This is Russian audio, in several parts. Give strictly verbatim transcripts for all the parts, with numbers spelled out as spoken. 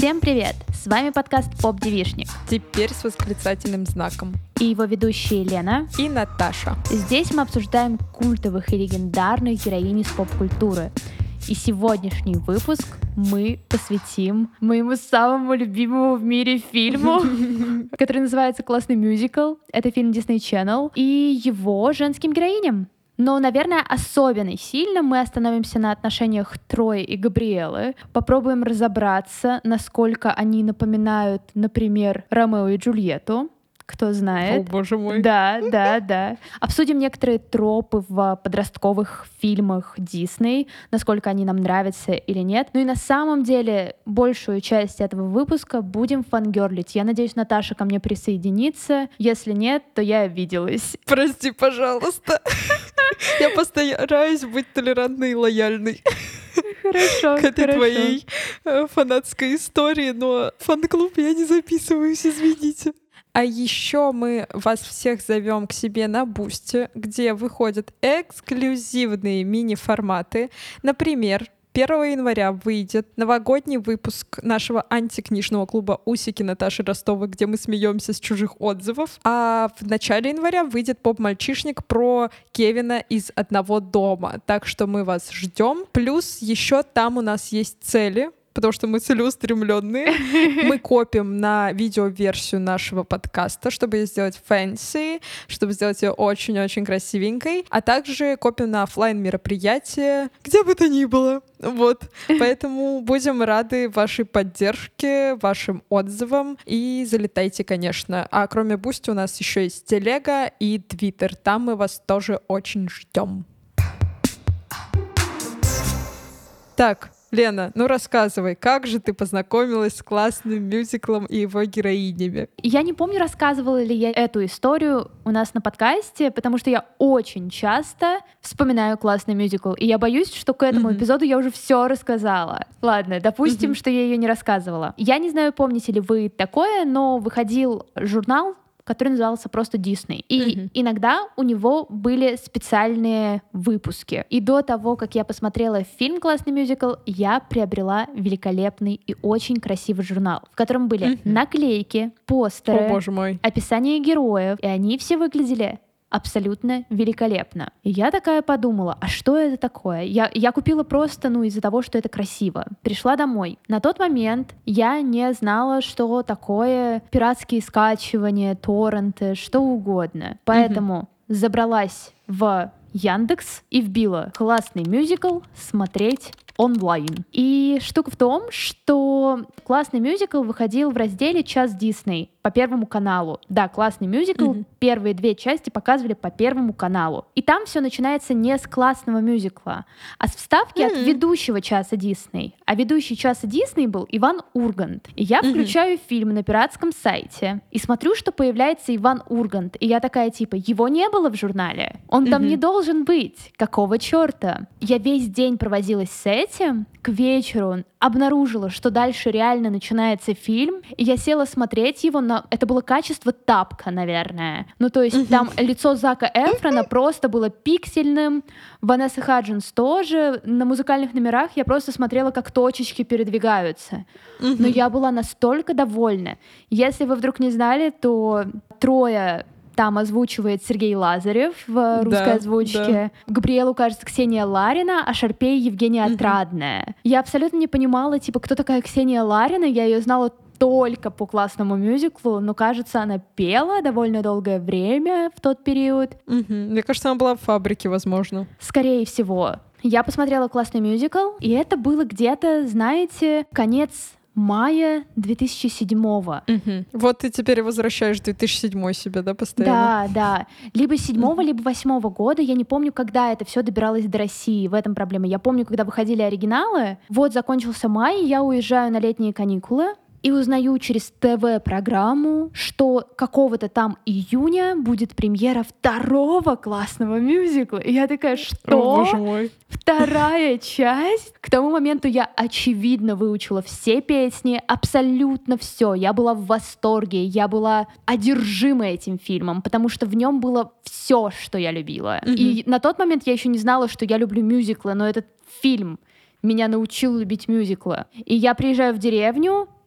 Всем привет! С вами подкаст «Поп-девишник». Теперь с восклицательным знаком. И его ведущие Лена и Наташа. Здесь мы обсуждаем культовых и легендарных героинь из поп-культуры. И сегодняшний выпуск мы посвятим моему самому любимому в мире фильму, который называется «Классный мюзикл». Это фильм Disney Channel. И его женским героиням. Но, наверное, особенно сильно мы остановимся на отношениях Трои и Габриэлы, попробуем разобраться, насколько они напоминают, например, Ромео и Джульетту, кто знает. О, боже мой. Да, да, да. Обсудим некоторые тропы в подростковых фильмах Дисней, насколько они нам нравятся или нет. Ну и на самом деле большую часть этого выпуска будем фангерлить. Я надеюсь, Наташа ко мне присоединится. Если нет, то я обиделась. Прости, пожалуйста. Я постараюсь быть толерантной и лояльной. Хорошо, к этой хорошо. твоей фанатской истории, но в фан-клуб я не записываюсь, извините. А еще мы вас всех зовем к себе на Бусти, где выходят эксклюзивные мини-форматы. Например, первого января выйдет новогодний выпуск нашего антикнижного клуба «Усики» Наташи Ростовой, где мы смеемся с чужих отзывов. А в начале января выйдет поп-мальчишник про Кевина из «Одного дома». Так что мы вас ждем. Плюс еще там у нас есть цели, потому что мы целеустремленные. Мы копим на видеоверсию нашего подкаста, чтобы сделать фэнси, чтобы сделать ее очень-очень красивенькой, а также копим на офлайн мероприятия, где бы то ни было. Вот. Поэтому будем рады вашей поддержке, вашим отзывам. И залетайте, конечно. А кроме Бусти у нас еще есть Телега и Твиттер. Там мы вас тоже очень ждем. Так, Лена, ну рассказывай, как же ты познакомилась с классным мюзиклом и его героинями? Я не помню, рассказывала ли я эту историю у нас на подкасте, потому что я очень часто вспоминаю классный мюзикл, и я боюсь, что к этому mm-hmm. эпизоду я уже все рассказала. Ладно, допустим, mm-hmm. что я ее не рассказывала. Я не знаю, помните ли вы такое, но выходил журнал, который назывался просто Disney. И mm-hmm. иногда у него были специальные выпуски. И до того, как я посмотрела фильм «Классный мюзикл», я приобрела великолепный и очень красивый журнал, в котором были mm-hmm. наклейки, постеры, О, боже мой. описание героев, и они все выглядели абсолютно великолепно. И я такая подумала, а что это такое? Я, я купила просто, ну, из-за того, что это красиво. Пришла домой. На тот момент я не знала, что такое пиратские скачивания, торренты, что угодно. Поэтому mm-hmm. забралась в Яндекс и вбила «Классный мюзикл смотреть онлайн». И штука в том, что «Классный мюзикл» выходил в разделе «Час Дисней» по Первому каналу. Да, «Классный мюзикл», mm-hmm. первые две части показывали по Первому каналу. И там все начинается не с классного мюзикла, а с вставки mm-hmm. от ведущего «Часа Дисней». А ведущий «Часа Дисней» был Иван Ургант. И я включаю mm-hmm. фильм на пиратском сайте и смотрю, что появляется Иван Ургант. И я такая типа, его не было в журнале. Он mm-hmm. там не должен быть. Какого черта? Я весь день провозилась с этим. К вечеру обнаружила, что дальше реально начинается фильм, и я села смотреть его, но это было качество тапка, наверное. Ну, то есть uh-huh. там лицо Зака Эфрона просто было пиксельным, Ванесса Хаджинс тоже. На музыкальных номерах я просто смотрела, как точечки передвигаются. Uh-huh. Но я была настолько довольна. Если вы вдруг не знали, то Троя там озвучивает Сергей Лазарев в русской да, озвучке. Да. Габриэлу, кажется, Ксения Ларина, а Шарпей Евгения uh-huh. Отрадная. Я абсолютно не понимала, типа, кто такая Ксения Ларина. Я ее знала только по классному мюзиклу, но, кажется, она пела довольно долгое время в тот период. Uh-huh. Мне кажется, она была в «Фабрике», возможно. Скорее всего. Я посмотрела классный мюзикл, и это было где-то, знаете, конец мая две тысячи седьмого. Угу. Вот ты теперь возвращаешь две тысячи седьмой себе, да, постоянно? Да, да. Либо седьмого, угу. либо восьмого года. Я не помню, когда это все добиралось до России. В этом проблема. Я помню, когда выходили оригиналы. Вот закончился май, я уезжаю на летние каникулы. И узнаю через ТВ-программу, что какого-то там июня будет премьера второго классного мюзикла. И я такая, что? О, боже мой. Вторая часть? К тому моменту я, очевидно, выучила все песни, абсолютно все. Я была в восторге, я была одержима этим фильмом, потому что в нем было все, что я любила. Mm-hmm. И на тот момент я еще не знала, что я люблю мюзиклы, но этот фильм меня научил любить мюзиклы. И я приезжаю в деревню,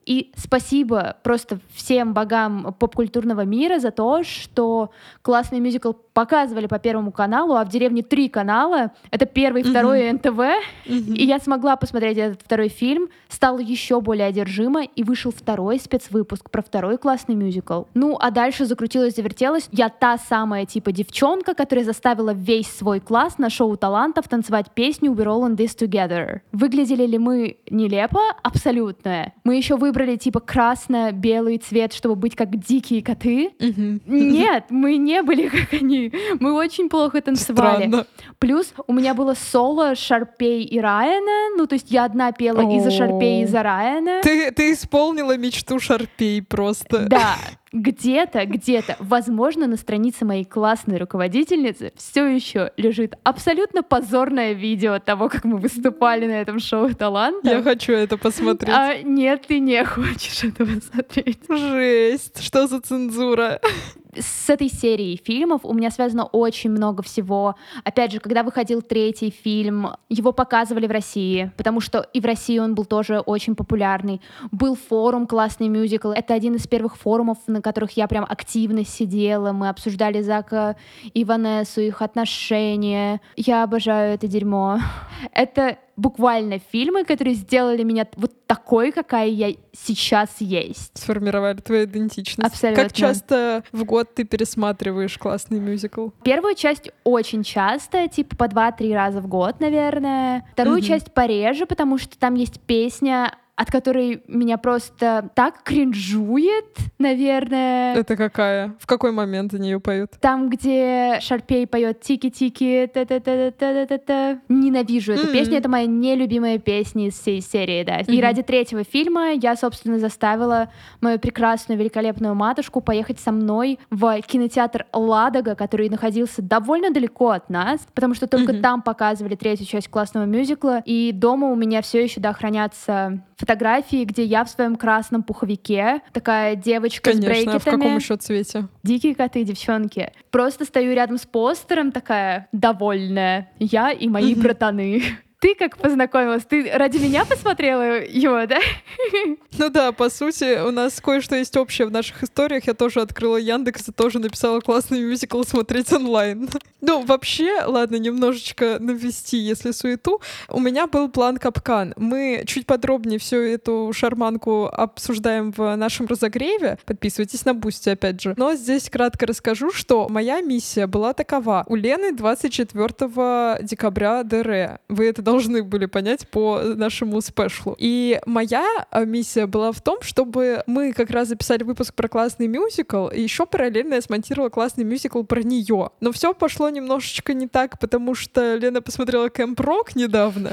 И спасибо просто всем богам поп-культурного мира за то, что классный мюзикл показывали по Первому каналу, а в деревне три канала. Это первый, mm-hmm. второй и эн тэ вэ. Mm-hmm. И я смогла посмотреть этот второй фильм, стала еще более одержима, и вышел второй спецвыпуск про второй классный мюзикл. Ну, а дальше закрутилось, завертелось. Я та самая типа девчонка, которая заставила весь свой класс на шоу талантов танцевать песню «We're all in this together». Выглядели ли мы нелепо? Абсолютно. Мы еще выбрали типа красно-белый цвет, чтобы быть как дикие коты. Mm-hmm. Нет, мы не были как они. Мы очень плохо танцевали. Странно. Плюс у меня было соло Шарпей и Райана. Ну, то есть я одна пела oh. и за Шарпей, и за Райана. Ты, ты исполнила мечту Шарпей просто. Да. Где-то, где-то, возможно, на странице моей классной руководительницы все еще лежит абсолютно позорное видео того, как мы выступали на этом шоу талантов. Я хочу это посмотреть. А нет, ты не хочешь это посмотреть. Жесть, что за цензура? С этой серией фильмов у меня связано очень много всего. Опять же, когда выходил третий фильм, его показывали в России, потому что и в России он был тоже очень популярный. Был форум «Классный мюзикл». Это один из первых форумов, на которых я прям активно сидела. Мы обсуждали Зака и Ванессу, их отношения. Я обожаю это дерьмо. Это буквально фильмы, которые сделали меня вот такой, какая я сейчас есть. Сформировали твою идентичность. Абсолютно. Как часто в год ты пересматриваешь классный мюзикл? Первую часть очень часто, типа по два-три раза в год, наверное. Вторую mm-hmm. часть пореже, потому что там есть песня, от которой меня просто так кринжует, наверное. Это какая? В какой момент они ее поют? Там, где Шарпей поет тики-тики, та-та-та-та-та-та-та. Ненавижу эту mm-hmm. песню, это моя нелюбимая песня из всей серии, да. Mm-hmm. И ради третьего фильма я, собственно, заставила мою прекрасную, великолепную матушку поехать со мной в кинотеатр «Ладога», который находился довольно далеко от нас, потому что только mm-hmm. там показывали третью часть классного мюзикла, и дома у меня все еще, да, хранятся фотографии, где я в своем красном пуховике, такая девочка Конечно, с брекетами. Конечно, а в каком еще цвете? Дикие коты, девчонки. Просто стою рядом с постером, такая довольная. Я и мои mm-hmm. братаны. Ты как познакомилась? Ты ради меня посмотрела его, да? Ну да, по сути, у нас кое-что есть общее в наших историях. Я тоже открыла Яндекс и тоже написала классный мюзикл смотреть онлайн. Ну, вообще, ладно, немножечко навести, если суету. У меня был план «Капкан». Мы чуть подробнее всю эту шарманку обсуждаем в нашем разогреве. Подписывайтесь на Бусти, опять же. Но здесь кратко расскажу, что моя миссия была такова. У Лены двадцать четвёртого декабря ДР. Вы это должны были понять по нашему спешлу. И моя миссия была в том, чтобы мы как раз записали выпуск про классный мюзикл, и еще параллельно я смонтировала классный мюзикл про нее. Но все пошло немножечко не так, потому что Лена посмотрела Camp Rock недавно,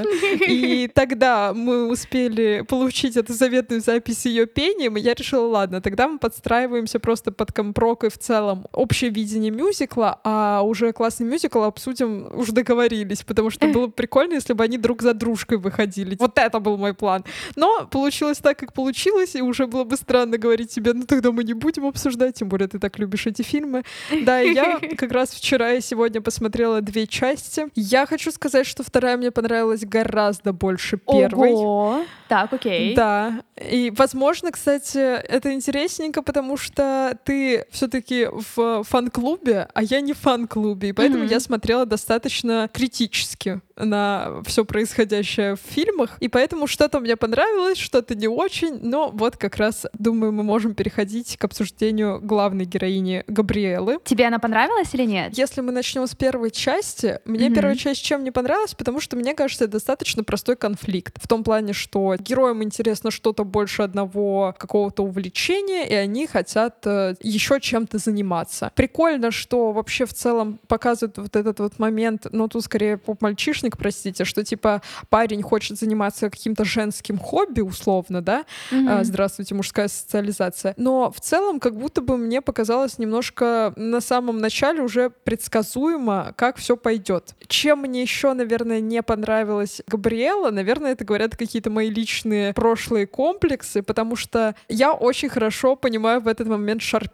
и тогда мы успели получить эту заветную запись ее пением, и я решила, ладно, тогда мы подстраиваемся просто под Camp Rock и в целом общее видение мюзикла, а уже классный мюзикл обсудим, уже договорились, потому что было бы прикольно, если бы они друг за дружкой выходили. Вот это был мой план. Но получилось так, как получилось, и уже было бы странно говорить тебе, ну тогда мы не будем обсуждать, тем более ты так любишь эти фильмы. Да, и я как раз вчера и сегодня посмотрела две части. Я хочу сказать, что вторая мне понравилась гораздо больше первой. Ого! Так, окей. Да. И, возможно, кстати, это интересненько, потому что ты все-таки в фан-клубе, а я не в фан-клубе, и поэтому mm-hmm. я смотрела достаточно критически на все происходящее в фильмах, и поэтому что-то мне понравилось, что-то не очень, но вот как раз, думаю, мы можем переходить к обсуждению главной героини Габриэлы. Тебе она понравилась или нет? Если мы начнем с первой части, мне mm-hmm. первая часть чем не понравилась, потому что, мне кажется, это достаточно простой конфликт, в том плане, что героям интересно что-то больше одного какого-то увлечения, и они хотят э, еще чем-то заниматься. Прикольно, что вообще в целом показывают вот этот вот момент, ну тут скорее поп-мальчишник, простите, что типа парень хочет заниматься каким-то женским хобби, условно, да? Mm-hmm. Здравствуйте, мужская социализация. Но в целом как будто бы мне показалось немножко на самом начале уже предсказуемо, как все пойдет. Чем мне еще, наверное, не понравилась Габриэла, наверное, это говорят какие-то мои личные прошлые комплексы, потому что я очень хорошо понимаю в этот момент Шарпей.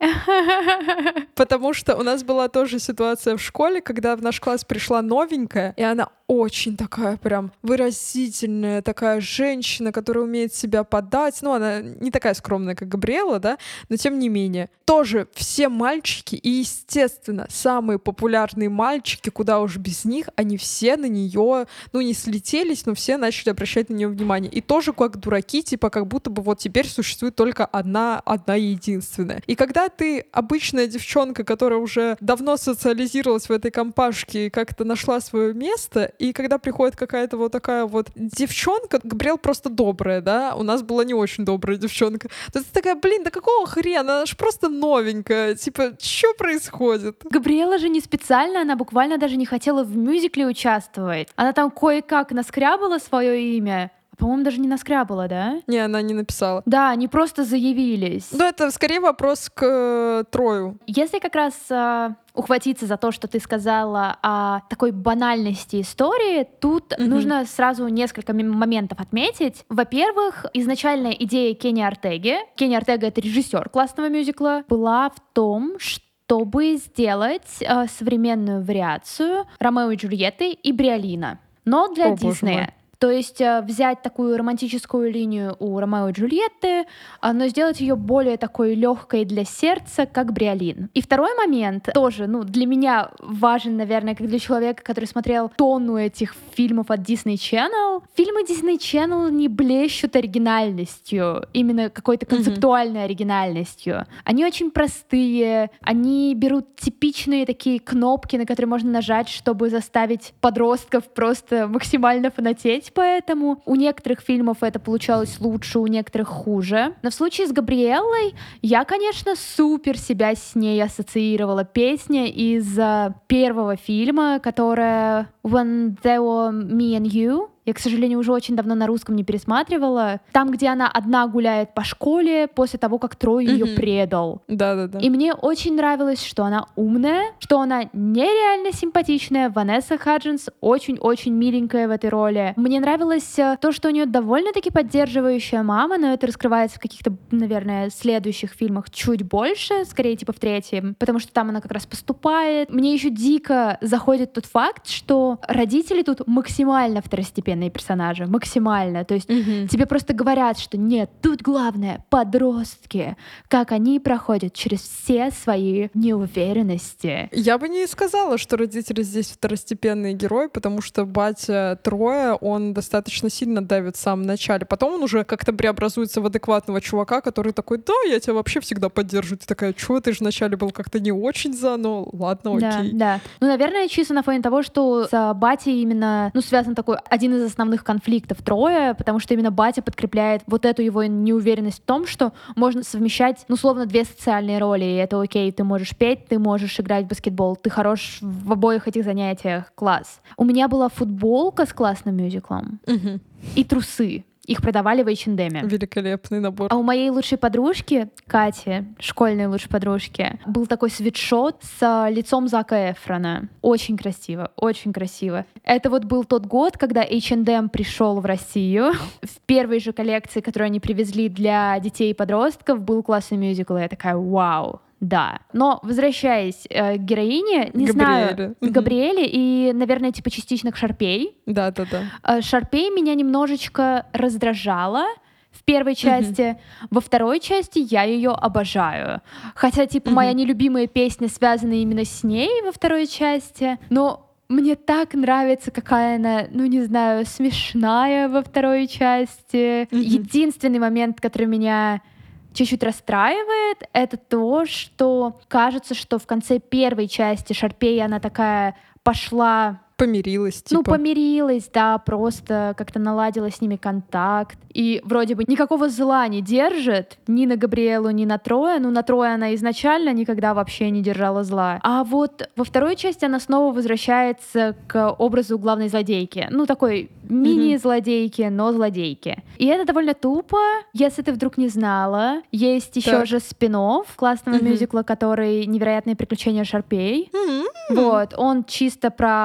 Потому что у нас была тоже ситуация в школе, когда в наш класс пришла новенькая, и она очень такая прям выразительная, такая женщина, которая умеет себя подать. Ну, она не такая скромная, как Габриэла, да, но тем не менее. Тоже все мальчики, и, естественно, самые популярные мальчики, куда уж без них, они все на нее, ну, не слетелись, но все начали обращать на нее внимание. И тоже как дураки, типа, как будто бы вот теперь существует только одна, одна единственная. И когда ты обычная девчонка, которая уже давно социализировалась в этой компашке и как-то нашла свое место, и когда приходит какая-то вот такая вот девчонка, Габриэл просто добрая, да, у нас была не очень добрая девчонка, то ты такая, блин, да какого хрена, она же просто новенькая, типа, что происходит? Габриэла же не специально, она буквально даже не хотела в мюзикле участвовать. Она там кое-как наскрябала свое имя, по-моему, даже не наскрябала, да? Не, она не написала. Да, они просто заявились. Ну, это скорее вопрос к э, Трою. Если как раз э, ухватиться за то, что ты сказала о такой банальности истории, тут mm-hmm. нужно сразу несколько м- моментов отметить. Во-первых, изначальная идея Кенни Ортеги, Кенни Ортега — это режиссер классного мюзикла, была в том, что чтобы сделать э, современную вариацию Ромео и Джульетты и Бриолина, но для О, Диснея. То есть э, взять такую романтическую линию у Ромео и Джульетты, э, но сделать ее более такой легкой для сердца, как Бриолин. И второй момент тоже, ну, для меня важен, наверное, как для человека, который смотрел тонну этих фильмов от Disney Channel. Фильмы Disney Channel не блещут оригинальностью, именно какой-то концептуальной mm-hmm. оригинальностью. Они очень простые, они берут типичные такие кнопки, на которые можно нажать, чтобы заставить подростков просто максимально фанатеть. Поэтому у некоторых фильмов это получалось лучше, у некоторых хуже. Но в случае с Габриэллой я, конечно, супер себя с ней ассоциировала. Песня из uh, первого фильма, которая «When There Were Me and You». Я, к сожалению, уже очень давно на русском не пересматривала. Там, где она одна гуляет по школе после того, как Трой mm-hmm. ее предал. Да-да-да. И мне очень нравилось, что она умная, что она нереально симпатичная. Ванесса Хаджинс очень-очень миленькая в этой роли. Мне нравилось то, что у нее довольно-таки поддерживающая мама, но это раскрывается в каких-то, наверное, следующих фильмах чуть больше, скорее типа в третьем, потому что там она как раз поступает. Мне еще дико заходит тот факт, что родители тут максимально второстепенные персонажи, максимально. То есть mm-hmm. тебе просто говорят, что нет, тут главное — подростки, как они проходят через все свои неуверенности. Я бы не сказала, что родители здесь второстепенные герои, потому что батя Троя, он достаточно сильно давит в самом начале. Потом он уже как-то преобразуется в адекватного чувака, который такой: да, я тебя вообще всегда поддерживаю. Ты такая: чё, ты же вначале был как-то не очень за, но ладно, окей. Да, да. Ну, наверное, чисто на фоне того, что с батей именно, ну, связан такой один из основных конфликтов Троя, потому что именно батя подкрепляет вот эту его неуверенность в том, что можно совмещать, ну, условно, две социальные роли, и это окей, ты можешь петь, ты можешь играть в баскетбол, ты хорош в обоих этих занятиях, класс. У меня была футболка с классным мюзиклом угу. и трусы. Их продавали в эйч энд эм. Великолепный набор. А у моей лучшей подружки, Кати, школьной лучшей подружки, был такой свитшот с лицом Зака Эфрона. Очень красиво, очень красиво. Это вот был тот год, когда эйч энд эм пришел в Россию. В первой же коллекции, которую они привезли для детей и подростков, был классный мюзикл. И я такая: вау. Да. Но, возвращаясь э, к героине, не Габриэле. знаю, к Габриэле и, наверное, типа частично к Шарпей. Да-да-да. Э, Шарпей меня немножечко раздражала в первой части. Mm-hmm. Во второй части я ее обожаю. Хотя, типа, mm-hmm. моя нелюбимая песня связана именно с ней во второй части. Но мне так нравится, какая она, ну, не знаю, смешная во второй части. Mm-hmm. Единственный момент, который меня чуть-чуть расстраивает, это то, что кажется, что в конце первой части Шарпей, она такая пошла... Помирилась, типа. Ну, помирилась, да, просто как-то наладила с ними контакт. И вроде бы никакого зла не держит ни на Габриэлу, ни на Троя. Ну, на Троя она изначально никогда вообще не держала зла. А вот во второй части она снова возвращается к образу главной злодейки. Ну, такой мини-злодейки, но злодейки. И это довольно тупо. Если ты вдруг не знала, есть еще так. же спин-офф классного mm-hmm. мюзикла, который «Невероятные приключения Шарпей». Mm-hmm. Вот, он чисто про то,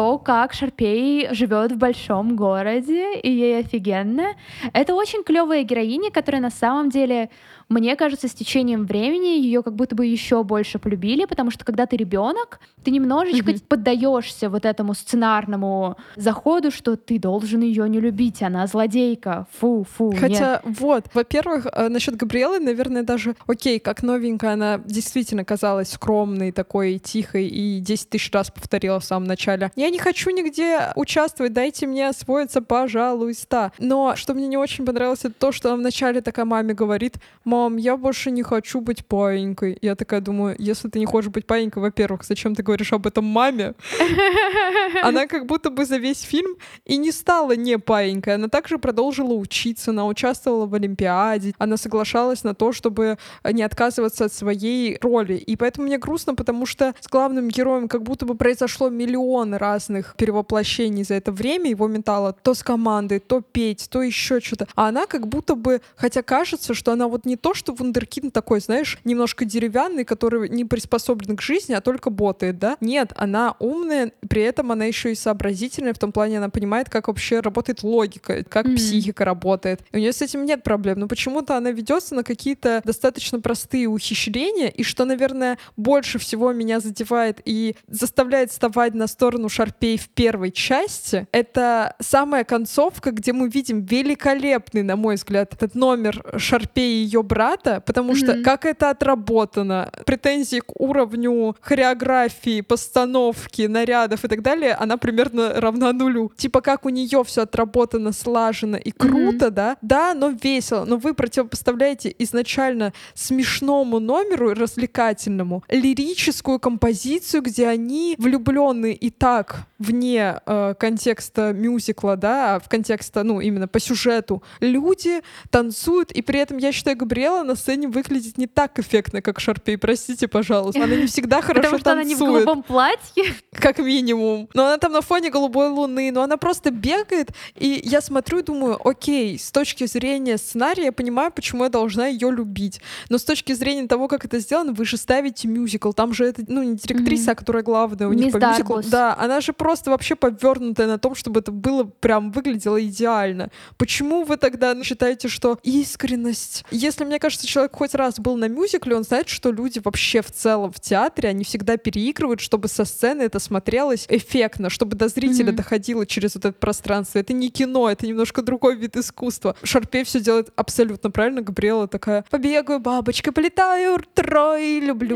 то, как Шарпей живет в большом городе, и ей офигенно. Это очень клевая героиня, которая на самом деле, мне кажется, с течением времени ее как будто бы еще больше полюбили, потому что когда ты ребенок, ты немножечко mm-hmm. поддаешься вот этому сценарному заходу, что ты должен ее не любить, она злодейка, фу, фу. Хотя, нет. вот, во-первых, насчет Габриэлы, наверное, даже, окей, как новенькая, она действительно казалась скромной, такой тихой, и десять тысяч раз повторила в самом начале: я не хочу нигде участвовать, дайте мне освоиться, пожалуйста. Но что мне не очень понравилось, это то, что она вначале такая маме говорит: мам, я больше не хочу быть паинькой. Я такая думаю, если ты не хочешь быть паинькой, во-первых, зачем ты говоришь об этом маме? Она как будто бы за весь фильм и не стала не паинькой. Она также продолжила учиться, она участвовала в Олимпиаде, она соглашалась на то, чтобы не отказываться от своей роли. И поэтому мне грустно, потому что с главным героем как будто бы произошло миллион разных перевоплощений за это время его ментала. То с командой, то петь, то еще что-то. А она как будто бы, хотя кажется, что она вот не то, что вундеркинд такой, знаешь, немножко деревянный, который не приспособлен к жизни, а только ботает, да? Нет, она умная, при этом она еще и сообразительная, в том плане она понимает, как вообще работает логика, как mm-hmm. психика работает. И у нее с этим нет проблем, но почему-то она ведется на какие-то достаточно простые ухищрения, и что, наверное, больше всего меня задевает и заставляет вставать на сторону Шарпей в первой части, это самая концовка, где мы видим великолепный, на мой взгляд, этот номер Шарпей и ее брата, потому mm-hmm. что как это отработано, претензии к уровню хореографии, постановки, нарядов и так далее, она примерно равна нулю. Типа как у нее все отработано, слажено и круто, mm-hmm. да? Да, но весело. Но вы противопоставляете изначально смешному номеру, развлекательному, лирическую композицию, где они влюбленные и так вне э, контекста мюзикла, да, в контексте, ну, именно по сюжету, люди танцуют, и при этом, я считаю, Габриэла на сцене выглядит не так эффектно, как Шарпей, простите, пожалуйста. Она не всегда хорошо танцует. Потому что она не в голубом платье? Как минимум. Но она там на фоне голубой луны, но она просто бегает, и я смотрю и думаю, окей, с точки зрения сценария я понимаю, почему я должна ее любить. Но с точки зрения того, как это сделано, вы же ставите мюзикл. Там же это, ну, не директриса, mm-hmm. а которая главная у них Мисс по Дарбус. мюзиклу. Да, она же просто вообще повернутая на том, чтобы это было прям выглядело идеально. Почему вы тогда считаете, что искренность? Если, мне кажется, человек хоть раз был на мюзикле, он знает, что люди вообще в целом в театре, они всегда переигрывают, чтобы со сцены это смотрелось эффектно, чтобы до зрителя mm-hmm. доходило через вот это пространство. Это не кино, это немножко другой вид искусства. Шарпей все делает абсолютно правильно. Габриэла такая: побегаю бабочкой, полетаю трой, люблю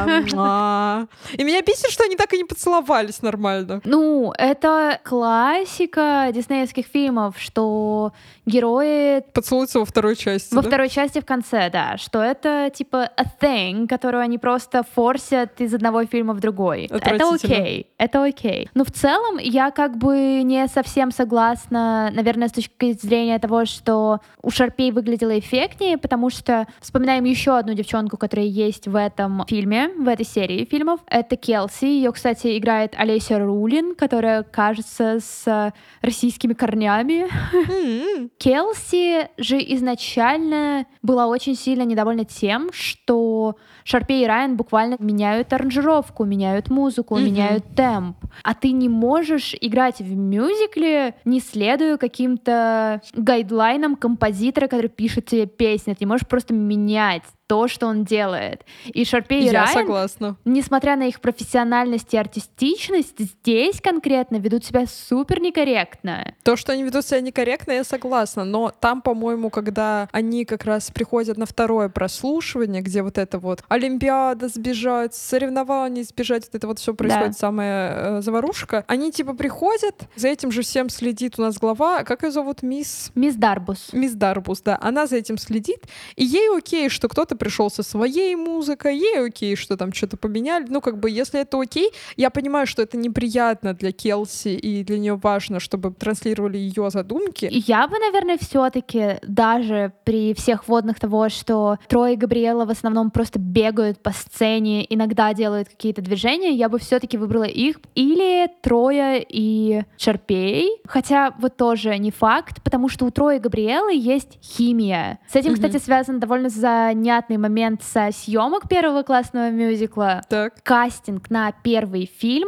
тебя. И меня бесит, что они так и не поцеловались нормально. Ну, это классика диснеевских фильмов, что герои поцелуются во второй части. Во да? второй части в конце, да. Что это типа a thing, которую они просто форсят из одного фильма в другой. Это окей. Это окей. Но в целом я как бы не совсем согласна, наверное, с точки зрения того, что у Шарпей выглядело эффектнее, потому что вспоминаем еще одну девчонку, которая есть в этом фильме, в этой серии фильмов. Это Келси. Ее, кстати, играет Олеся Рулин, которая, кажется, с российскими корнями. Mm-hmm. Келси же изначально была очень сильно недовольна тем, что Шарпей и Райан буквально меняют аранжировку, меняют музыку, mm-hmm. меняют темп. А ты не можешь играть в мюзикле, не следуя каким-то гайдлайнам композитора, который пишет тебе песни. Ты не можешь просто менять то, что он делает. И Шарпей и Я Райан, согласна. несмотря на их профессиональность и артистичность, здесь конкретно ведут себя супер некорректно. То, что они ведут себя некорректно, я согласна. Но там, по-моему, когда они как раз приходят на второе прослушивание, где вот это вот Олимпиада сбежать, соревнования сбежать, вот это вот все происходит, да. самая э, заварушка, они типа приходят, за этим же всем следит у нас глава, как ее зовут, мисс? Мисс Дарбус. Мисс Дарбус, да. Она за этим следит, и ей окей, что кто-то пришел со своей музыкой, ей окей, что там что-то поменяли. Ну, как бы, если это окей, я понимаю, что это неприятно для Келси, и для нее важно, чтобы транслировали ее задумки. Я бы, наверное, все-таки даже при всех вводных того, что Трой и Габриэла в основном просто бегают по сцене, иногда делают какие-то движения, я бы все-таки выбрала их. Или Троя и Шарпей. Хотя вот тоже не факт, потому что у Троя и Габриэлы есть химия. С этим, mm-hmm. кстати, связан довольно занятный момент со съемок первого классного мюзикла. Так. Кастинг на первый фильм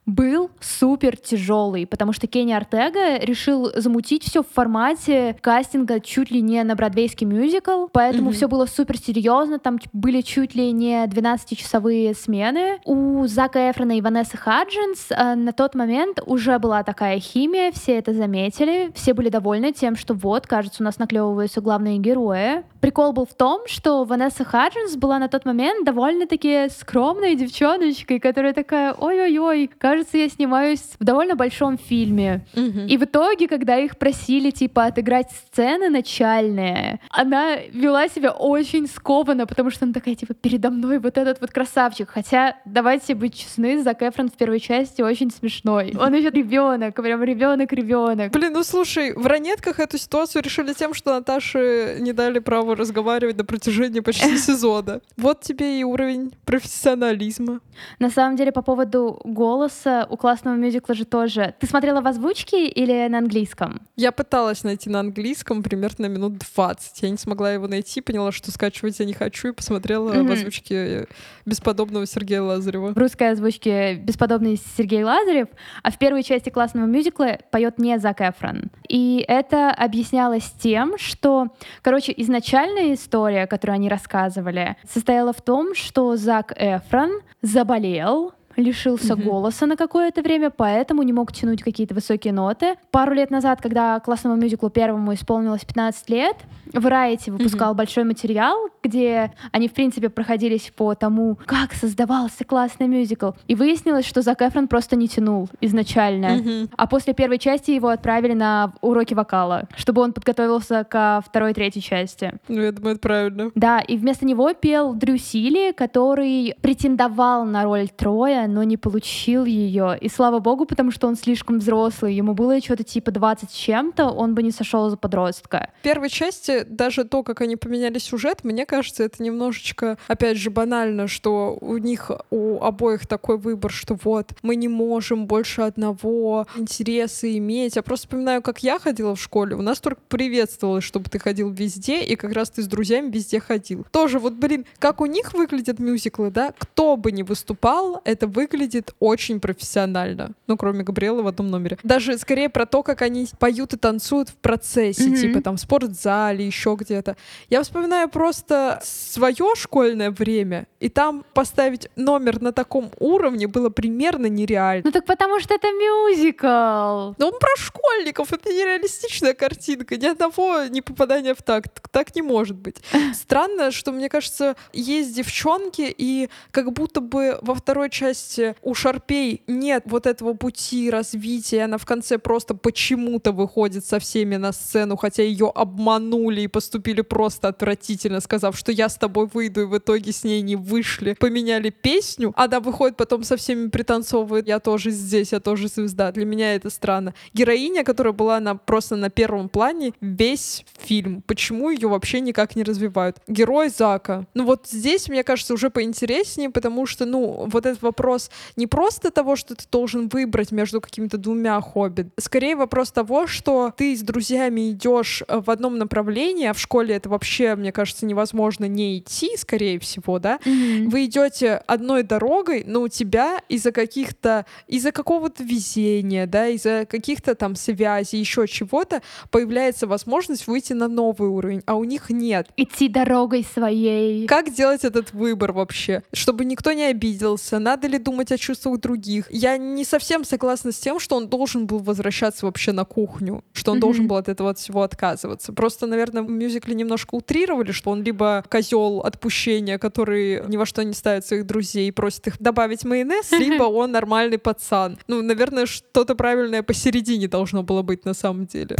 был супер тяжелый, потому что Кенни Ортега решил замутить все в формате кастинга чуть ли не на бродвейский мюзикл, поэтому mm-hmm. все было супер серьезно, там были чуть ли не двенадцатичасовые смены. У Зака Эфрона и Ванессы Хаджинс э, на тот момент уже была такая химия, все это заметили, все были довольны тем, что вот, кажется, у нас наклевываются главные герои. Прикол был в том, что Ванесса Хаджинс была на тот момент довольно-таки скромной девчоночкой, которая такая, ой-ой-ой, кажется, я снимаюсь в довольно большом фильме. Mm-hmm. И в итоге, когда их просили, типа, отыграть сцены начальные, она вела себя очень скованно, потому что она такая, типа, передо мной вот этот вот красавчик. Хотя, давайте быть честны, Зак Эфрон в первой части очень смешной. Он еще ребенок, прям ребенок-ребенок. Блин, ну слушай, в «Ранетках» эту ситуацию решили тем, что Наташе не дали права разговаривать на протяжении почти сезона. Вот тебе и уровень профессионализма. На самом деле, по поводу голоса у классного мюзикла же тоже. Ты смотрела в озвучке или на английском? Я пыталась найти на английском примерно минут двадцать. Я не смогла его найти, поняла, что скачивать я не хочу, и посмотрела mm-hmm. в озвучке бесподобного Сергея Лазарева. В русской озвучке бесподобный Сергей Лазарев, а в первой части классного мюзикла поет не Зак Эфрон. И это объяснялось тем, что, короче, изначальная история, которую они рассказывали, состояла в том, что Зак Эфрон заболел, лишился mm-hmm. голоса на какое-то время, поэтому не мог тянуть какие-то высокие ноты. Пару лет назад, когда классному мюзиклу первому исполнилось пятнадцать лет, Variety выпускал mm-hmm. большой материал, где они, в принципе, проходились по тому, как создавался классный мюзикл. И выяснилось, что Зак Эфрон просто не тянул изначально. Mm-hmm. А после первой части его отправили на уроки вокала, чтобы он подготовился ко второй и третьей части. Ну, я думаю, это правильно. Да, и вместо него пел Дрю Сили, который претендовал на роль Троя, но не получил ее. И слава богу, потому что он слишком взрослый. Ему было что-то типа двадцать с чем-то, он бы не сошел за подростка. В первой части даже то, как они поменяли сюжет, мне кажется, это немножечко, опять же, банально, что у них, у обоих такой выбор, что вот, мы не можем больше одного интереса иметь. Я просто вспоминаю, как я ходила в школе, у нас только приветствовалось, чтобы ты ходил везде, и как раз ты с друзьями везде ходил. Тоже вот, блин, как у них выглядят мюзиклы, да, кто бы ни выступал, это выглядит очень профессионально. Ну, кроме Габриэлы в одном номере. Даже скорее про то, как они поют и танцуют в процессе, mm-hmm. типа там в спортзале, еще где-то. Я вспоминаю просто свое школьное время, и там поставить номер на таком уровне было примерно нереально. Ну так потому что это мюзикл. Ну, он про школьников, это нереалистичная картинка, ни одного не попадания в такт. Так не может быть. Странно, что, мне кажется, есть девчонки, и как будто бы во второй части у Шарпей нет вот этого пути развития, она в конце просто почему-то выходит со всеми на сцену, хотя ее обманули и поступили просто отвратительно, сказав, что я с тобой выйду, и в итоге с ней не вышли. Поменяли песню, она выходит потом со всеми пританцовывает, я тоже здесь, я тоже звезда. Для меня это странно. Героиня, которая была на, просто на первом плане весь фильм. Почему ее вообще никак не развивают? Герой Зака. Ну вот здесь, мне кажется, уже поинтереснее, потому что, ну, вот этот вопрос не просто того, что ты должен выбрать между какими-то двумя хобби. Скорее вопрос того, что ты с друзьями идешь в одном направлении, а в школе это вообще, мне кажется, невозможно не идти, скорее всего, да? Mm-hmm. Вы идете одной дорогой, но у тебя из-за каких-то, из-за какого-то везения, да, из-за каких-то там связей, еще чего-то появляется возможность выйти на новый уровень, а у них нет. Идти дорогой своей. Как делать этот выбор вообще? Чтобы никто не обиделся, надо ли думать о чувствах других. Я не совсем согласна с тем, что он должен был возвращаться вообще на кухню, что он mm-hmm. должен был от этого от всего отказываться. Просто, наверное, в мюзикле немножко утрировали, что он либо козел отпущения, который ни во что не ставит своих друзей и просит их добавить майонез, либо он нормальный пацан. Ну, наверное, что-то правильное посередине должно было быть на самом деле.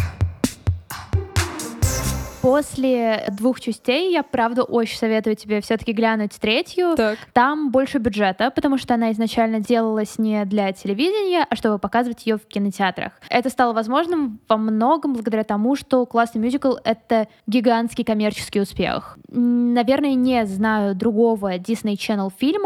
После двух частей я, правда, очень советую тебе все-таки глянуть третью. Так. Там больше бюджета, потому что она изначально делалась не для телевидения, а чтобы показывать ее в кинотеатрах. Это стало возможным во многом благодаря тому, что классный мюзикл — это гигантский коммерческий успех. Наверное, не знаю другого Disney Channel фильма,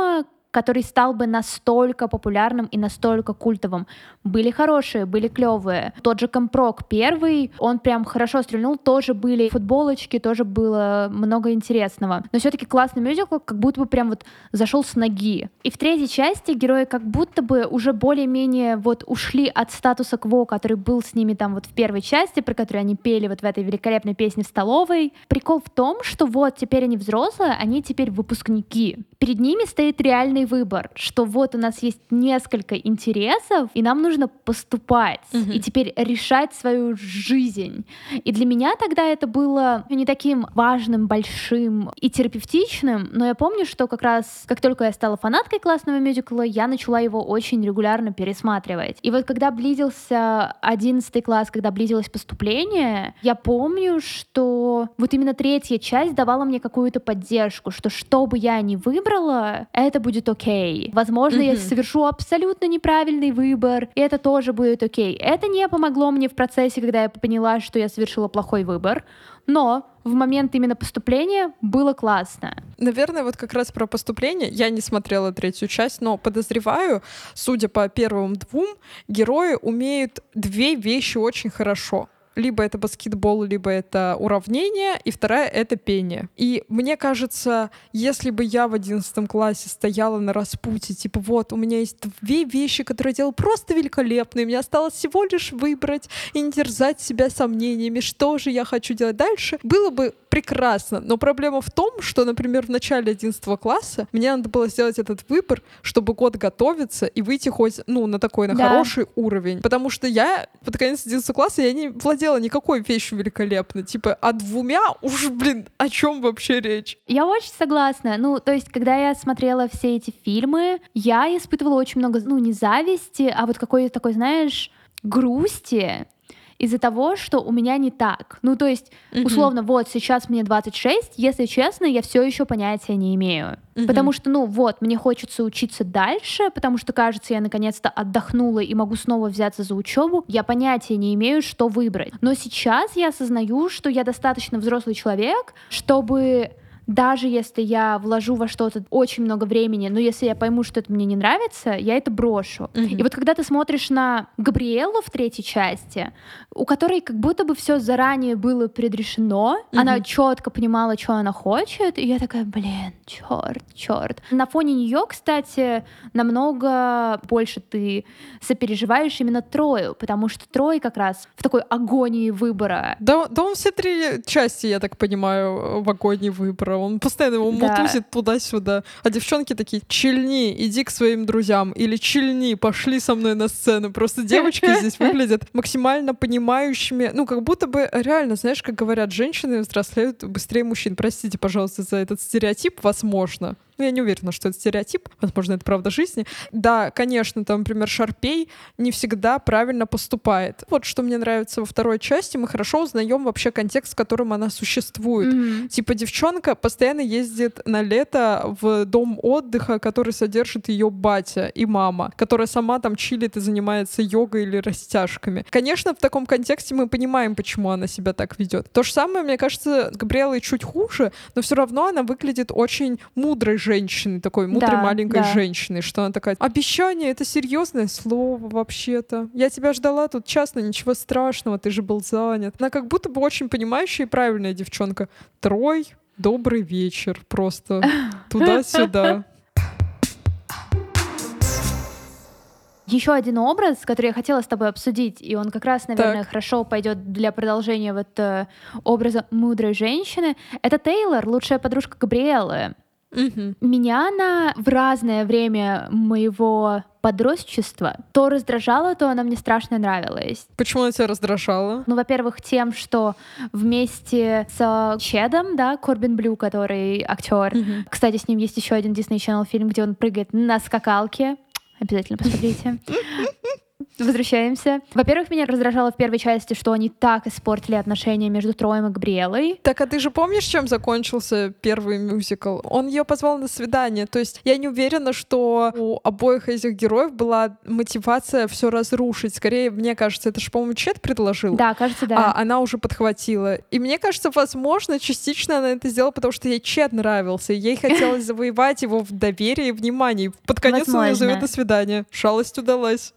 который стал бы настолько популярным и настолько культовым. Были хорошие, были клевые. Тот же Компрок первый, он прям хорошо стрельнул, тоже были футболочки, тоже было много интересного. Но все-таки классный мюзикл, как будто бы прям вот зашел с ноги. И в третьей части герои как будто бы уже более-менее вот ушли от статуса кво, который был с ними там вот в первой части, про которую они пели вот в этой великолепной песне в столовой. Прикол в том, что вот теперь они взрослые, они теперь выпускники. Перед ними стоит реальный выбор, что вот у нас есть несколько интересов, и нам нужно поступать, mm-hmm. и теперь решать свою жизнь. И для меня тогда это было не таким важным, большим и терапевтичным, но я помню, что как раз, как только я стала фанаткой классного мюзикла, я начала его очень регулярно пересматривать. И вот когда близился одиннадцатый класс, когда близилось поступление, я помню, что вот именно третья часть давала мне какую-то поддержку, что что бы я ни выбрала, это будет окей. Возможно, mm-hmm. я совершу абсолютно неправильный выбор, и это тоже будет окей. Это не помогло мне в процессе, когда я поняла, что я совершила плохой выбор, но в момент именно поступления было классно. Наверное, вот как раз про поступление. Я не смотрела третью часть, но подозреваю, судя по первым двум, герои умеют две вещи очень хорошо. Либо это баскетбол, либо это уравнение, и вторая — это пение. И мне кажется, если бы я в одиннадцатом классе стояла на распутье, типа вот, у меня есть две вещи, которые я делаю просто великолепные, мне осталось всего лишь выбрать и не терзать себя сомнениями, что же я хочу делать дальше, было бы прекрасно. Но проблема в том, что, например, в начале одиннадцатого класса мне надо было сделать этот выбор, чтобы год готовиться и выйти хоть, ну, на такой, на да. хороший уровень. Потому что я под конец одиннадцатого класса я не владела никакой вещью великолепной. Типа, а двумя уж, блин, о чем вообще речь? Я очень согласна. Ну, то есть, когда я смотрела все эти фильмы, я испытывала очень много, ну, не зависти, а вот какой-то такой, знаешь, грусти из-за того, что у меня не так. Ну, то есть, mm-hmm. условно, вот сейчас мне двадцать шесть, если честно, я все еще понятия не имею. Mm-hmm. Потому что, ну вот, мне хочется учиться дальше, потому что, кажется, я наконец-то отдохнула и могу снова взяться за учебу. Я понятия не имею, что выбрать. Но сейчас я осознаю, что я достаточно взрослый человек, чтобы... Даже если я вложу во что-то очень много времени, но если я пойму, что это мне не нравится, я это брошу. Mm-hmm. И вот когда ты смотришь на Габриэлу в третьей части, у которой как будто бы все заранее было предрешено, mm-hmm. она четко понимала, что она хочет, и я такая, блин, черт, черт. На фоне нее, кстати, намного больше ты сопереживаешь именно Трою, потому что Трой как раз в такой агонии выбора. Да, да он все три части, я так понимаю, в агонии выбора. Он постоянно его да. мутузит туда-сюда. А девчонки такие: чильни, иди к своим друзьям. Или чильни, пошли со мной на сцену. Просто девочки здесь выглядят максимально понимающими. Ну, как будто бы реально, знаешь, как говорят, женщины взрослеют быстрее мужчин. Простите, пожалуйста, за этот стереотип, возможно. Ну, я не уверена, что это стереотип. Возможно, это правда жизни. Да, конечно, там, например, Шарпей не всегда правильно поступает. Вот что мне нравится во второй части. Мы хорошо узнаем вообще контекст, в котором она существует. Mm-hmm. Типа девчонка постоянно ездит на лето в дом отдыха, который содержит ее батя и мама, которая сама там чилит и занимается йогой или растяжками. Конечно, в таком контексте мы понимаем, почему она себя так ведет. То же самое, мне кажется, с Габриэлой чуть хуже, но все равно она выглядит очень мудрой женщиной, такой мудрой да, маленькой да. женщиной, что она такая: обещание — это серьезное слово вообще-то. Я тебя ждала тут час, но ничего страшного, ты же был занят. Она как будто бы очень понимающая и правильная девчонка. Трой, добрый вечер, просто туда-сюда. Еще один образ, который я хотела с тобой обсудить, и он как раз, наверное, так. хорошо пойдет для продолжения вот э, образа мудрой женщины. Это Тейлор, лучшая подружка Габриэлы. Угу. Меня она в разное время моего подростчества то раздражала, то она мне страшно нравилась. Почему она тебя раздражала? Ну, во-первых, тем, что вместе с Чедом, да, Корбин Блю, который актер, угу. кстати, с ним есть еще один Disney Channel фильм, где он прыгает на скакалке. Обязательно посмотрите. Возвращаемся. Во-первых, меня раздражало в первой части, что они так испортили отношения между Троем и Габриэлой. Так, а ты же помнишь, чем закончился первый мюзикл? Он ее позвал на свидание. То есть я не уверена, что у обоих этих героев была мотивация все разрушить. Скорее, мне кажется, это же, по-моему, Чет предложил. Да, кажется, да. А она уже подхватила. И мне кажется, возможно, частично она это сделала, потому что ей Чет нравился. Ей хотелось завоевать его в доверие и внимание. Под конец он ее зовет на свидание. Шалость удалась.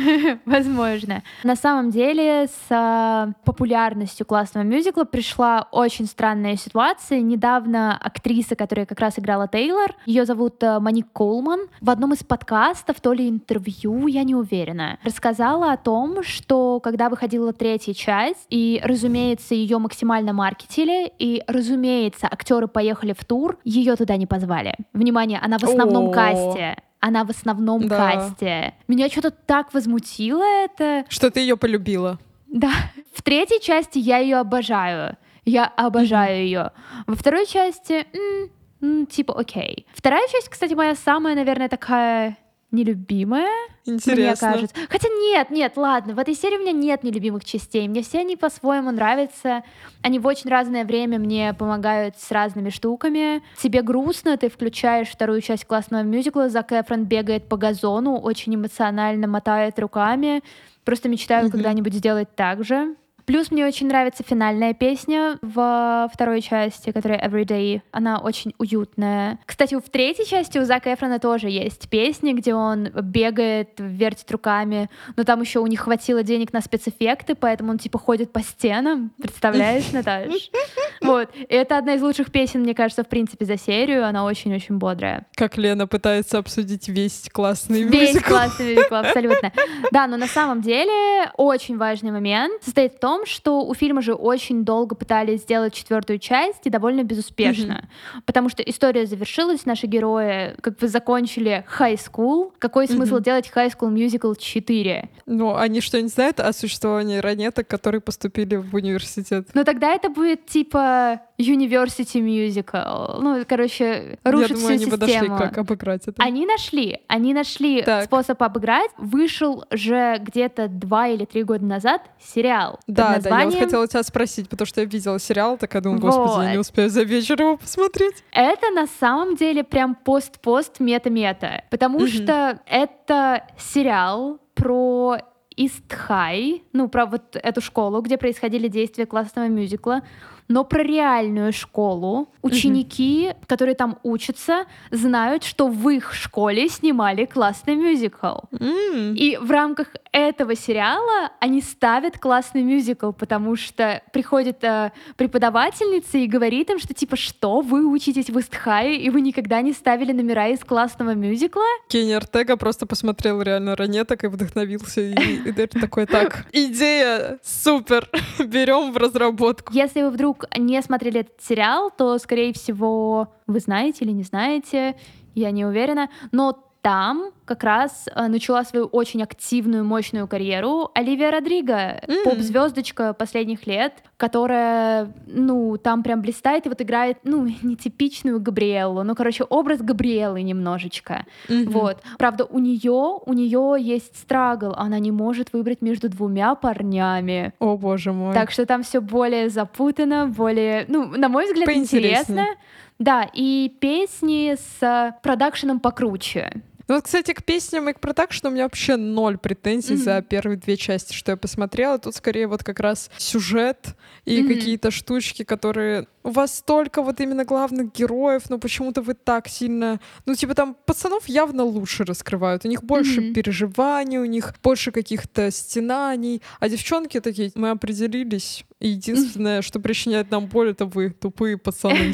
Возможно. На самом деле с а, популярностью классного мюзикла пришла очень странная ситуация. Недавно актриса, которая как раз играла Тейлор, ее зовут а, Моник Колман, в одном из подкастов, то ли интервью, я не уверена, рассказала о том, что когда выходила третья часть, и, разумеется, ее максимально маркетили, и, разумеется, актеры поехали в тур, ее туда не позвали. Внимание, она в основном касте. Она в основном да. касте. Меня что-то так возмутило это. Что ты ее полюбила. Да. В третьей части я ее обожаю. Я обожаю mm-hmm. ее. Во второй части, м- м- типа, окей. Вторая часть, кстати, моя самая, наверное, такая нелюбимая. Интересно. Мне кажется. Хотя нет, нет, ладно, в этой серии у меня нет нелюбимых частей. Мне все они по-своему нравятся. Они в очень разное время мне помогают с разными штуками. Тебе грустно, ты включаешь вторую часть классного мюзикла, Зак Эфрон бегает по газону, очень эмоционально мотает руками. Просто мечтаю mm-hmm. когда-нибудь сделать так же. Плюс мне очень нравится финальная песня во второй части, которая Everyday. Она очень уютная. Кстати, в третьей части у Зака Эфрона тоже есть песни, где он бегает, вертит руками, но там еще у них хватило денег на спецэффекты, поэтому он типа ходит по стенам. Представляешь, Наташ? Вот. И это одна из лучших песен, мне кажется, в принципе, за серию. Она очень-очень бодрая. Как Лена пытается обсудить весь классный мюзикл. Весь классный мюзикл, абсолютно. Да, но на самом деле очень важный момент состоит в том, что у фильма же очень долго пытались сделать четвертую часть и довольно безуспешно, mm-hmm. потому что история завершилась, наши герои как бы закончили high school. Какой mm-hmm. смысл делать High School Musical четыре? Ну, они что, не знают о существовании ранеток, которые поступили в университет? Ну, тогда это будет типа University Musical. Ну, короче, рушит Я думаю, всю они систему. подошли, как обыграть это. Они нашли, они нашли так. способ обыграть. Вышел же где-то два или три года назад сериал. Да, названием... да, я вот хотела тебя спросить, потому что я видела сериал, так я думаю, господи, вот. я не успею за вечер его посмотреть. Это на самом деле прям пост-пост мета-мета, потому mm-hmm. что это сериал про Ист Хай, ну, про вот эту школу, где происходили действия классного мюзикла, но про реальную школу. Ученики, mm-hmm. которые там учатся, знают, что в их школе снимали классный мюзикл. Mm-hmm. И в рамках этого сериала они ставят классный мюзикл, потому что приходит э, преподавательница и говорит им, что типа, что вы учитесь в Ист-Хае, и вы никогда не ставили номера из классного мюзикла? Кенни Ортега просто посмотрел реально ранеток и вдохновился, и, и такой, так, идея супер, берем в разработку. Если вы вдруг не смотрели этот сериал, то, скорее всего, вы знаете или не знаете, я не уверена, но там как раз э, начала свою очень активную, мощную карьеру Оливия Родриго, mm-hmm. поп-звездочка последних лет, которая, ну, там прям блистает и вот играет, ну, нетипичную Габриэллу, ну, короче, образ Габриэллы немножечко. Mm-hmm. Вот. Правда, у нее, у нее есть страгл, она не может выбрать между двумя парнями. О, боже мой. Так что там все более запутано, более, ну, на мой взгляд, интересно. Да, и песни с продакшеном покруче. Ну, вот, кстати, к песням и к продакшену у меня вообще ноль претензий mm-hmm. за первые две части, что я посмотрела. Тут скорее вот как раз сюжет и mm-hmm. какие-то штучки, которые... У вас столько вот именно главных героев, но почему-то вы так сильно... Ну, типа там пацанов явно лучше раскрывают. У них больше mm-hmm. переживаний, у них больше каких-то стенаний. А девчонки такие, мы определились. И единственное, что причиняет нам боль, это вы, тупые пацаны.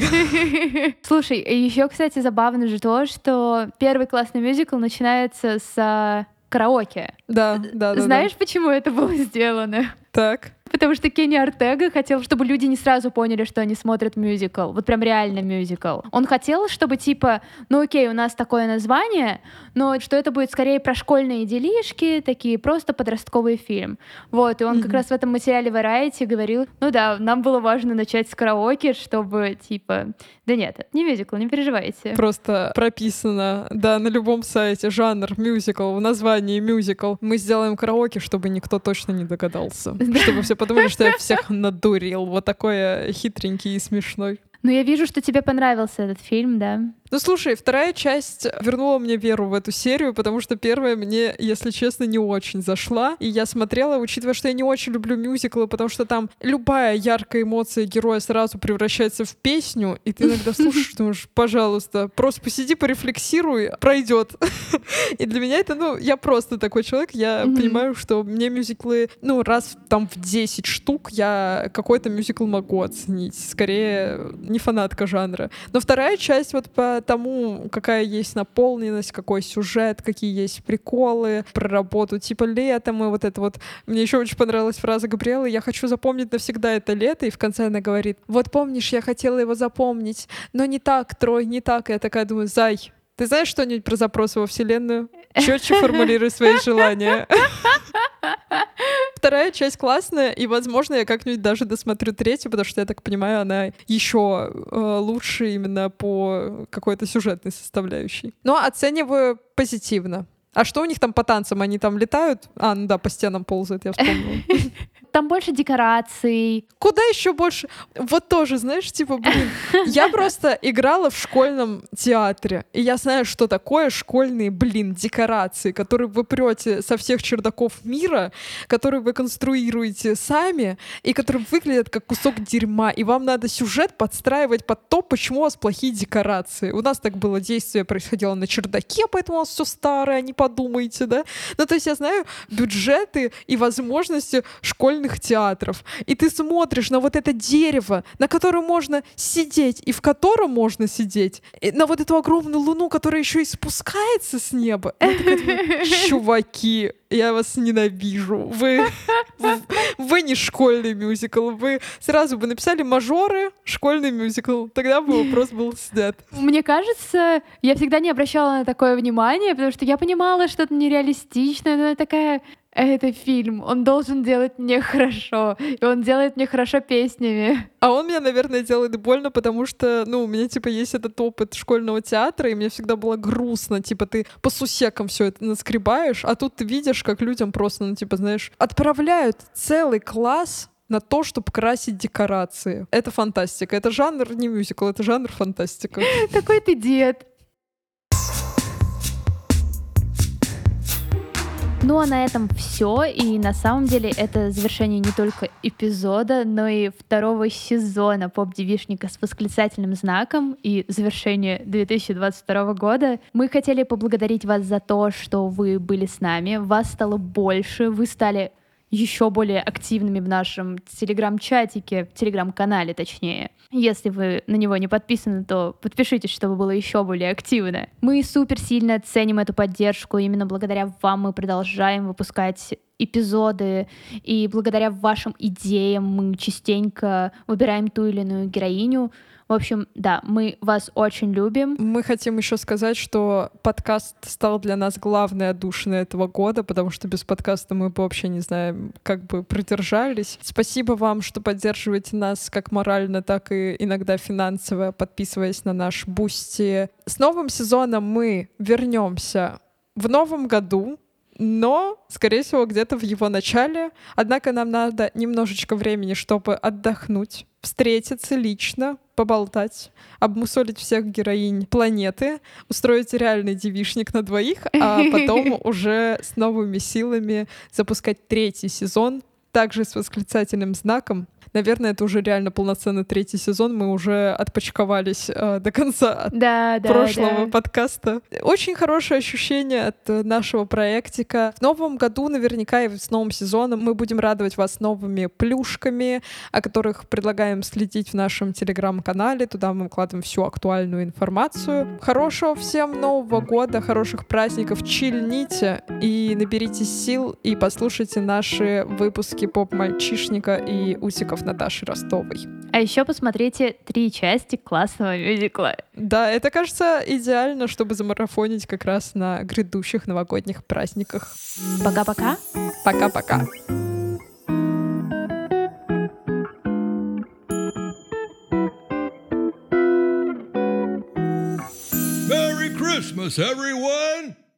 Слушай, еще, кстати, забавно же то, что первый классный мюзикл начинается с караоке. Да, да, да. Знаешь, почему это было сделано? Так. Потому что Кенни Ортега хотел, чтобы люди не сразу поняли, что они смотрят мюзикл. Вот прям реально мюзикл. Он хотел, чтобы типа, ну окей, у нас такое название, но что это будет скорее про школьные делишки, такие просто подростковый фильм. Вот, и он mm-hmm. как раз в этом материале Variety говорил, ну да, нам было важно начать с караоке, чтобы типа, да нет, это не мюзикл, не переживайте. Просто прописано, да, на любом сайте жанр мюзикл, в названии мюзикл. Мы сделаем караоке, чтобы никто точно не догадался. Чтобы все подумали, что я всех надурил. Вот такой я хитренький и смешной. Ну, я вижу, что тебе понравился этот фильм, да? Ну, слушай, вторая часть вернула мне веру в эту серию, потому что первая мне, если честно, не очень зашла. И я смотрела, учитывая, что я не очень люблю мюзиклы, потому что там любая яркая эмоция героя сразу превращается в песню, и ты иногда слушаешь, думаешь, пожалуйста, просто посиди, порефлексируй, пройдет. И для меня это, ну, я просто такой человек, я mm-hmm. понимаю, что мне мюзиклы, ну, раз там в десять штук я какой-то мюзикл могу оценить. Скорее, не фанатка жанра. Но вторая часть вот по тому, какая есть наполненность, какой сюжет, какие есть приколы про работу типа летом, и вот это вот. Мне еще очень понравилась фраза Габриэлы: «Я хочу запомнить навсегда это лето», и в конце она говорит: «Вот помнишь, я хотела его запомнить, но не так, Трой, не так». И я такая думаю: Зай, ты знаешь что-нибудь про запросы во Вселенную? Четче формулируй свои желания. Вторая часть классная, и, возможно, я как-нибудь даже досмотрю третью, потому что, я так понимаю, она еще э, лучше именно по какой-то сюжетной составляющей. Но оцениваю позитивно. А что у них там по танцам? Они там летают? А, ну да, по стенам ползают, я вспомнила. Там больше декораций. Куда еще больше? Вот тоже, знаешь, типа, блин, я просто играла в школьном театре, и я знаю, что такое школьные, блин, декорации, которые вы прете со всех чердаков мира, которые вы конструируете сами, и которые выглядят как кусок дерьма, и вам надо сюжет подстраивать под то, почему у вас плохие декорации. У нас так было, действие происходило на чердаке, поэтому у нас все старое, не подумайте, да? Ну, то есть я знаю бюджеты и возможности школьных театров. И ты смотришь на вот это дерево, на котором можно сидеть, и в котором можно сидеть, и на вот эту огромную луну, которая еще и спускается с неба. Я такая думаю: чуваки, я вас ненавижу. Вы, вы не школьный мюзикл. Вы сразу бы написали «Мажоры», школьный мюзикл. Тогда бы вопрос был снят. Мне кажется, я всегда не обращала на такое внимание, потому что я понимала, что это нереалистично, но я такая... Это фильм, он должен делать мне хорошо, и он делает мне хорошо песнями. А он меня, наверное, делает больно, потому что, ну, у меня, типа, есть этот опыт школьного театра, и мне всегда было грустно, типа, ты по сусекам все это наскребаешь, а тут ты видишь, как людям просто, ну, типа, знаешь, отправляют целый класс на то, чтобы красить декорации. Это фантастика. Это жанр не мюзикл, это жанр фантастика. Такой ты дед. Ну а на этом все, и на самом деле это завершение не только эпизода, но и второго сезона поп-девишника с восклицательным знаком и завершение две тысячи двадцать второго года. Мы хотели поблагодарить вас за то, что вы были с нами, вас стало больше, вы стали еще более активными в нашем телеграм-чатике, в телеграм-канале точнее. Если вы на него не подписаны, то подпишитесь, чтобы было еще более активно. Мы супер сильно ценим эту поддержку, именно благодаря вам мы продолжаем выпускать эпизоды, и благодаря вашим идеям мы частенько выбираем ту или иную героиню. В общем, да, мы вас очень любим. Мы хотим еще сказать, что подкаст стал для нас главной отдушиной этого года, потому что без подкаста мы бы вообще не знаем, как бы продержались. Спасибо вам, что поддерживаете нас как морально, так и иногда финансово, подписываясь на наш Бусти. С новым сезоном мы вернемся в новом году, но, скорее всего, где-то в его начале. Однако нам надо немножечко времени, чтобы отдохнуть, встретиться лично, поболтать, обмусолить всех героинь планеты, устроить реальный девичник на двоих, а потом уже с новыми силами запускать третий сезон, также с восклицательным знаком. наверное, это уже реально полноценный третий сезон. Мы уже отпочковались э, до конца от да, да, прошлого да. подкаста. Очень хорошее ощущение от нашего проектика. В новом году наверняка и с новым сезоном мы будем радовать вас новыми плюшками, о которых предлагаем следить в нашем телеграм-канале. Туда мы выкладываем всю актуальную информацию. Хорошего всем Нового года, хороших праздников, чильните и наберитесь сил и послушайте наши выпуски «Поп-мальчишника» и «Усиков» Наташи Ростовой. А еще посмотрите три части классного мюзикла. Да, это кажется идеально, чтобы замарафонить как раз на грядущих новогодних праздниках. Пока-пока. Пока-пока. Merry Christmas, everyone!